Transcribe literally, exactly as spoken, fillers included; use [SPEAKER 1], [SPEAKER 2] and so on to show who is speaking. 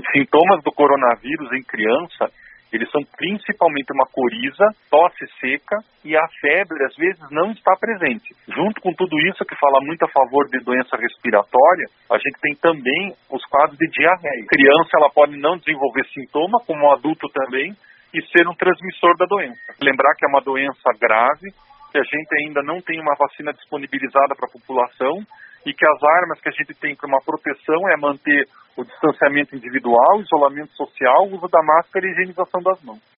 [SPEAKER 1] Os sintomas do coronavírus em criança, eles são principalmente uma coriza, tosse seca e a febre às vezes não está presente. Junto com tudo isso que fala muito a favor de doença respiratória, a gente tem também os quadros de diarreia. A criança ela pode não desenvolver sintoma, como o adulto também, e ser um transmissor da doença. Lembrar que é uma doença grave, que a gente ainda não tem uma vacina disponibilizada para a população e que as armas que a gente tem para uma proteção é manter o distanciamento individual, isolamento social, uso da máscara e higienização das mãos.